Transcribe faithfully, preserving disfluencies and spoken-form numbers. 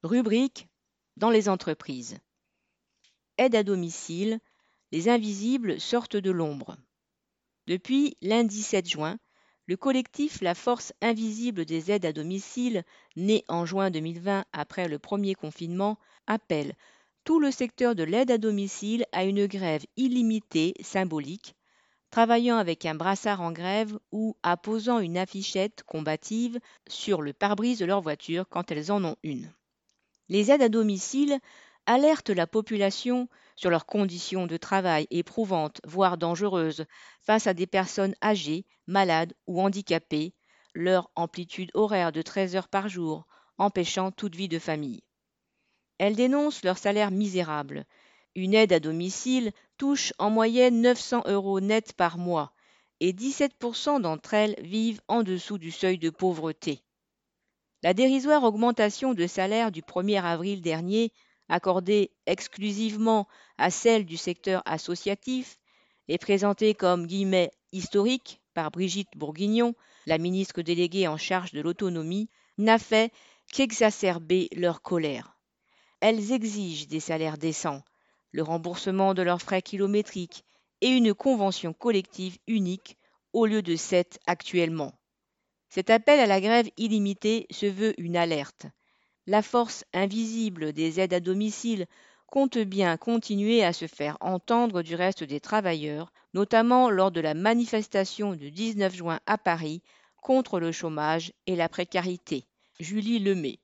Rubrique dans les entreprises. Aide à domicile, les invisibles sortent de l'ombre. Depuis lundi sept juin, le collectif La Force Invisible des aides à domicile, né en juin deux mille vingt après le premier confinement, appelle tout le secteur de l'aide à domicile à une grève illimitée symbolique, travaillant avec un brassard en grève ou apposant une affichette combative sur le pare-brise de leur voiture quand elles en ont une. Les aides à domicile alertent la population sur leurs conditions de travail éprouvantes, voire dangereuses, face à des personnes âgées, malades ou handicapées, leur amplitude horaire de treize heures par jour, empêchant toute vie de famille. Elles dénoncent leur salaire misérable. Une aide à domicile touche en moyenne neuf cents euros net par mois et dix-sept pour cent d'entre elles vivent en dessous du seuil de pauvreté. La dérisoire augmentation de salaire du premier avril dernier, accordée exclusivement à celles du secteur associatif, est présentée comme guillemets, historique par Brigitte Bourguignon, la ministre déléguée en charge de l'autonomie, n'a fait qu'exacerber leur colère. Elles exigent des salaires décents, le remboursement de leurs frais kilométriques et une convention collective unique au lieu de sept actuellement. Cet appel à la grève illimitée se veut une alerte. La force invisible des aides à domicile compte bien continuer à se faire entendre du reste des travailleurs, notamment lors de la manifestation du dix-neuf juin à Paris contre le chômage et la précarité. Julie Lemay.